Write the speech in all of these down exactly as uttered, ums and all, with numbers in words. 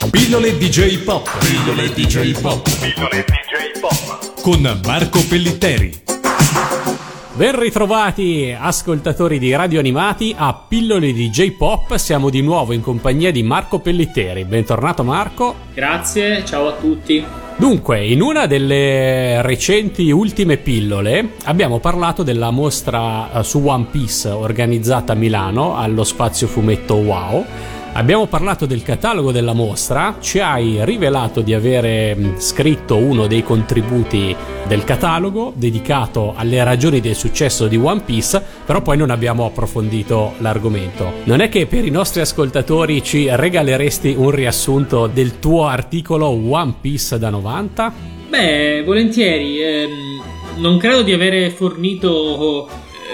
Pillole D J Pop. Pillole D J Pop. Pillole D J Pop. Con Marco Pellitteri. Ben ritrovati ascoltatori di Radio Animati a Pillole D J Pop, siamo di nuovo in compagnia di Marco Pellitteri. Bentornato Marco. Grazie, ciao a tutti. Dunque, in una delle recenti ultime pillole abbiamo parlato della mostra su One Piece organizzata a Milano allo Spazio Fumetto Wow. Abbiamo parlato del catalogo della mostra, ci hai rivelato di avere scritto uno dei contributi del catalogo dedicato alle ragioni del successo di One Piece, però poi non abbiamo approfondito l'argomento. Non è che per i nostri ascoltatori ci regaleresti un riassunto del tuo articolo One Piece da novanta? Beh, volentieri. Ehm, non credo di avere fornito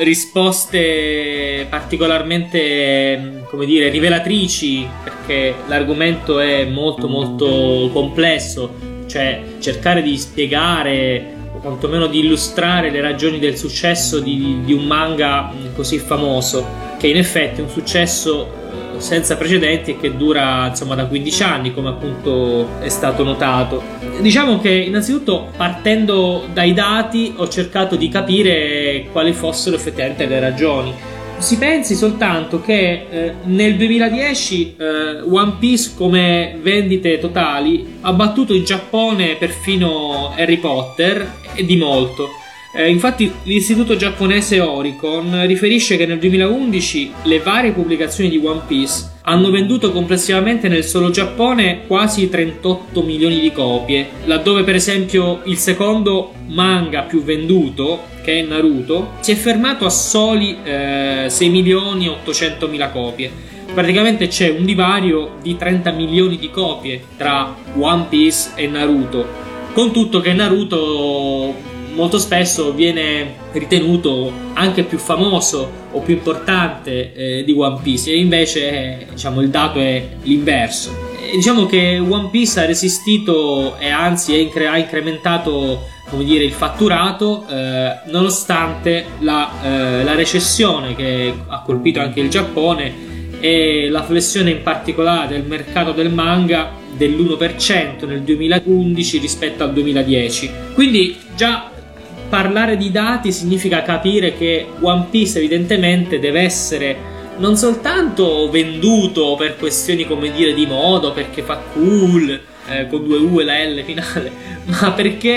risposte particolarmente, come dire, rivelatrici, perché l'argomento è molto molto complesso, cioè cercare di spiegare o quantomeno di illustrare le ragioni del successo di, di un manga così famoso, che in effetti è un successo senza precedenti e che dura insomma da quindici anni, come appunto è stato notato. Diciamo che innanzitutto, partendo dai dati, ho cercato di capire quali fossero effettivamente le ragioni. Si pensi soltanto che eh, nel duemiladieci eh, One Piece come vendite totali ha battuto in Giappone perfino Harry Potter, e di molto. Eh, infatti l'istituto giapponese Oricon riferisce che nel duemilaundici le varie pubblicazioni di One Piece hanno venduto complessivamente nel solo Giappone quasi trentotto milioni di copie, laddove per esempio il secondo manga più venduto, che è Naruto, si è fermato a soli eh, sei milioni e ottocentomila copie. Praticamente c'è un divario di trenta milioni di copie tra One Piece e Naruto, con tutto che Naruto molto spesso viene ritenuto anche più famoso o più importante eh, di One Piece, e invece eh, diciamo il dato è l'inverso. E diciamo che One Piece ha resistito e anzi è incre- ha incrementato, come dire, il fatturato eh, nonostante la, eh, la recessione che ha colpito anche il Giappone e la flessione in particolare del mercato del manga dell'uno per cento nel duemilaundici rispetto al duemiladieci. Quindi già parlare di dati significa capire che One Piece evidentemente deve essere non soltanto venduto per questioni, come dire, di modo, perché fa cool, eh, con due U e la L finale, ma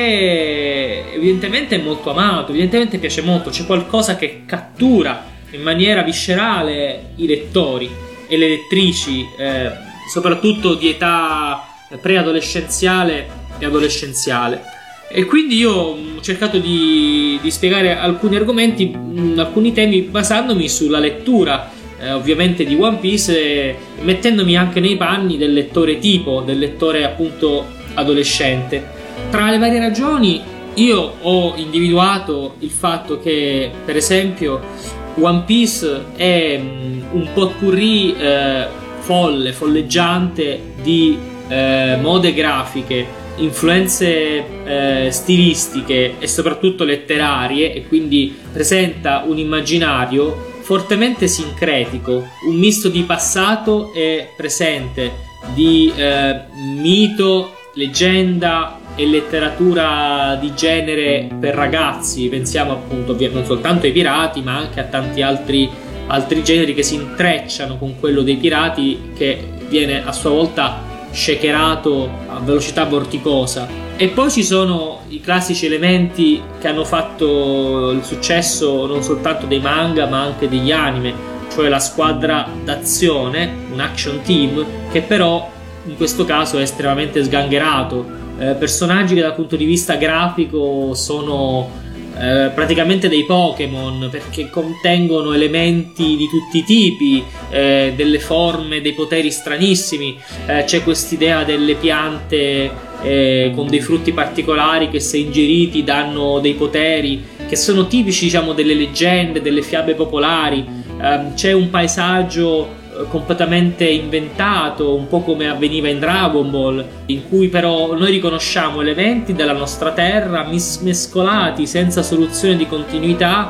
perché evidentemente è molto amato, evidentemente piace molto, c'è qualcosa che cattura in maniera viscerale i lettori e le lettrici, eh, soprattutto di età preadolescenziale e adolescenziale. E quindi io ho cercato di, di spiegare alcuni argomenti, mh, alcuni temi, basandomi sulla lettura eh, ovviamente di One Piece, e mettendomi anche nei panni del lettore tipo, del lettore appunto adolescente. Tra le varie ragioni io ho individuato il fatto che, per esempio, One Piece è mh, un potpourri eh, folle, folleggiante di eh, mode grafiche, influenze eh, stilistiche e soprattutto letterarie, e quindi presenta un immaginario fortemente sincretico, un misto di passato e presente, di eh, mito, leggenda e letteratura di genere per ragazzi. Pensiamo appunto non soltanto ai pirati, ma anche a tanti altri, altri generi che si intrecciano con quello dei pirati, che viene a sua volta shakerato a velocità vorticosa. E poi ci sono i classici elementi che hanno fatto il successo non soltanto dei manga ma anche degli anime, cioè la squadra d'azione, un action team, che però in questo caso è estremamente sgangherato, eh, personaggi che dal punto di vista grafico sono Eh, praticamente dei Pokémon, perché contengono elementi di tutti i tipi, eh, delle forme, dei poteri stranissimi. Eh, c'è quest'idea delle piante eh, con dei frutti particolari che, se ingeriti, danno dei poteri che sono tipici, diciamo, delle leggende, delle fiabe popolari. Eh, c'è un paesaggio completamente inventato, un po' come avveniva in Dragon Ball, in cui però noi riconosciamo elementi della nostra terra mis- mescolati senza soluzione di continuità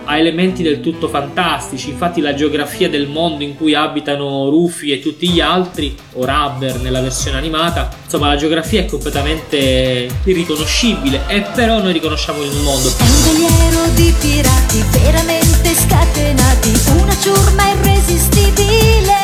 ha elementi del tutto fantastici. Infatti la geografia del mondo in cui abitano Rufy e tutti gli altri, o Rubber nella versione animata, insomma la geografia è completamente irriconoscibile, e però noi riconosciamo il mondo. È un veliero di pirati veramente scatenati, una ciurma irresistibile.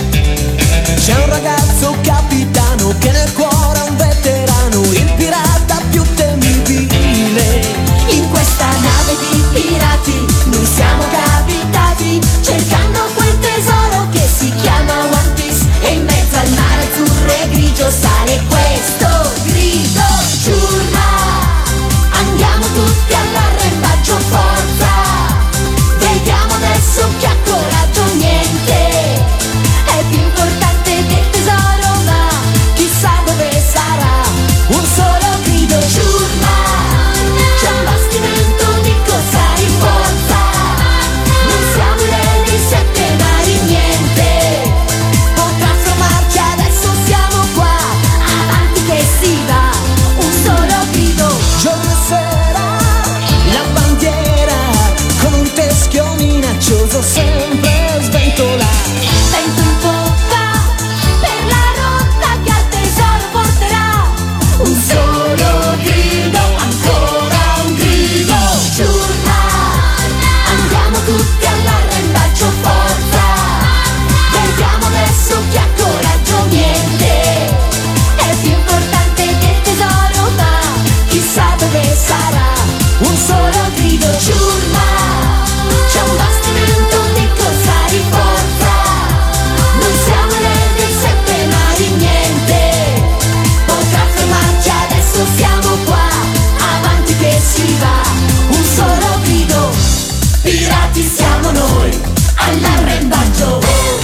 C'è un ragazzo capitano che nel cuore ha un veterano, il pirata più temibile. In questa nave di pirati noi siamo capitati, cercando quel tesoro che si chiama One Piece. E in mezzo al mare azzurro e grigio sale questo grido: ciurma, andiamo tutti all'arrembaggio, forza, vediamo adesso chi ha coraggio. Niente è più importante del tesoro, ma chissà dove sarà. Un solo grido: ciurma, c'è un bastimento di corsari, forza, non siamo re dei sette mari. Niente potrà fermarci, adesso siamo qua, avanti che si va. Un solo grido, giorno e sera, la bandiera con un teschio minaccioso sempre sventola. Vento in poppa per la rotta che al tesoro porterà. Un solo grido, ancora un grido: ciurma, andiamo tutti all'arrembaggio, forza, vediamo adesso chi ha coraggio. Niente è più importante del tesoro, ma chissà dove sarà. Un solo grido: ciurma, c'è un bastimento di corsari, forza, non siamo re dei sette mari. Niente potrà fermarci, adesso siamo qua, avanti che si va. Un solo grido: pirati siamo noi, all'arrembaggio.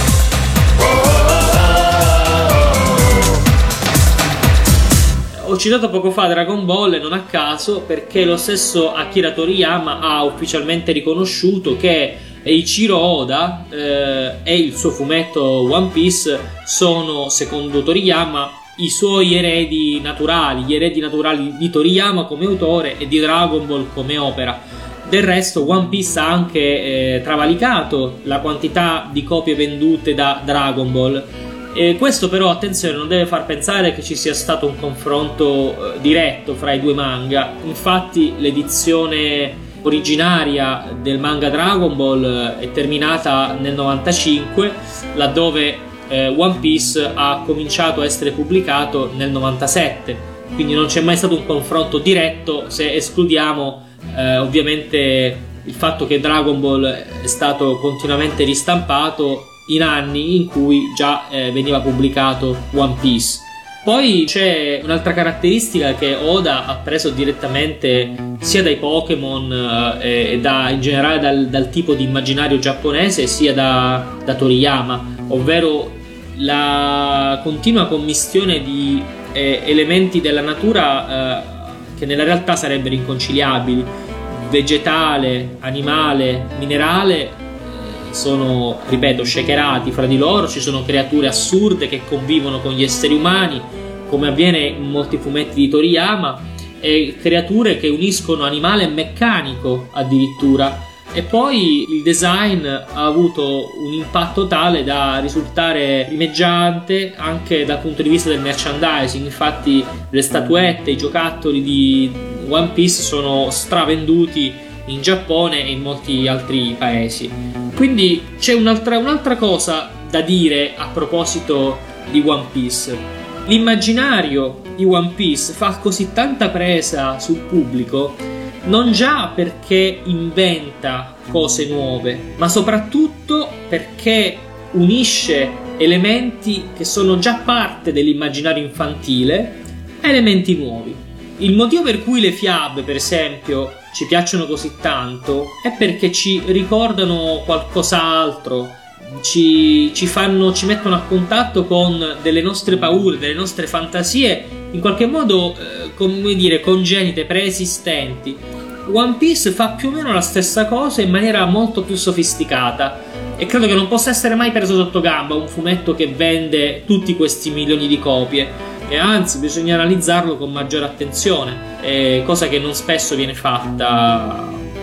Ho citato poco fa Dragon Ball e non a caso, perché lo stesso Akira Toriyama ha ufficialmente riconosciuto che Eiichiro Oda eh, e il suo fumetto One Piece sono, secondo Toriyama, i suoi eredi naturali, gli eredi naturali di Toriyama come autore e di Dragon Ball come opera. Del resto One Piece ha anche eh, travalicato la quantità di copie vendute da Dragon Ball. E questo però, attenzione, non deve far pensare che ci sia stato un confronto eh, diretto fra i due manga. Infatti l'edizione originaria del manga Dragon Ball è terminata nel novantacinque, laddove eh, One Piece ha cominciato a essere pubblicato nel novantasette, quindi non c'è mai stato un confronto diretto, se escludiamo eh, ovviamente il fatto che Dragon Ball è stato continuamente ristampato in anni in cui già eh, veniva pubblicato One Piece. Poi c'è un'altra caratteristica che Oda ha preso direttamente sia dai Pokémon eh, e da, in generale dal, dal tipo di immaginario giapponese, sia da, da Toriyama, ovvero la continua commistione di eh, elementi della natura eh, che nella realtà sarebbero inconciliabili: vegetale, animale, minerale. Sono, ripeto, shakerati fra di loro, ci sono creature assurde che convivono con gli esseri umani, come avviene in molti fumetti di Toriyama, e creature che uniscono animale e meccanico addirittura. E poi il design ha avuto un impatto tale da risultare primeggiante anche dal punto di vista del merchandising. Infatti le statuette, i giocattoli di One Piece sono stravenduti in Giappone e in molti altri paesi. Quindi c'è un'altra, un'altra cosa da dire a proposito di One Piece. L'immaginario di One Piece fa così tanta presa sul pubblico non già perché inventa cose nuove, ma soprattutto perché unisce elementi che sono già parte dell'immaginario infantile a elementi nuovi. Il motivo per cui le fiabe, per esempio, ci piacciono così tanto è perché ci ricordano qualcos'altro, ci, ci fanno, ci mettono a contatto con delle nostre paure, delle nostre fantasie, in qualche modo eh, come dire, congenite, preesistenti. One Piece fa più o meno la stessa cosa in maniera molto più sofisticata, e credo che non possa essere mai preso sotto gamba un fumetto che vende tutti questi milioni di copie, e anzi bisogna analizzarlo con maggiore attenzione, eh, cosa che non spesso viene fatta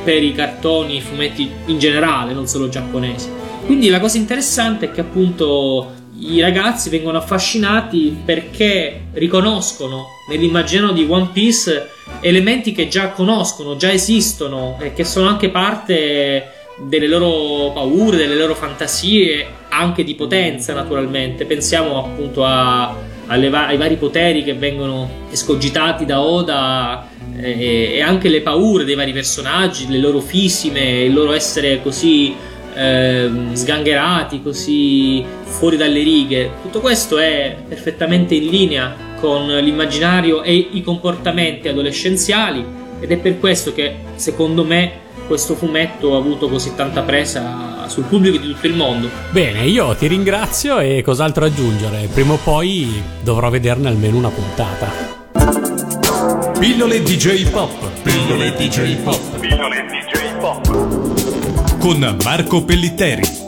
per i cartoni, i fumetti in generale, non solo giapponesi. Quindi la cosa interessante è che appunto i ragazzi vengono affascinati perché riconoscono nell'immaginario di One Piece elementi che già conoscono, già esistono e che sono anche parte delle loro paure, delle loro fantasie, anche di potenza naturalmente. Pensiamo appunto a, alle va- ai vari poteri che vengono escogitati da Oda e, e anche le paure dei vari personaggi, le loro fisime, il loro essere così eh, sgangherati, così fuori dalle righe. Tutto questo è perfettamente in linea con l'immaginario e i comportamenti adolescenziali, ed è per questo che secondo me questo fumetto ha avuto così tanta presa sul pubblico di tutto il mondo. Bene, io ti ringrazio e cos'altro aggiungere? Prima o poi dovrò vederne almeno una puntata. Pillole D J Pop. Pillole D J Pop. Pillole D J Pop. Con Marco Pellitteri.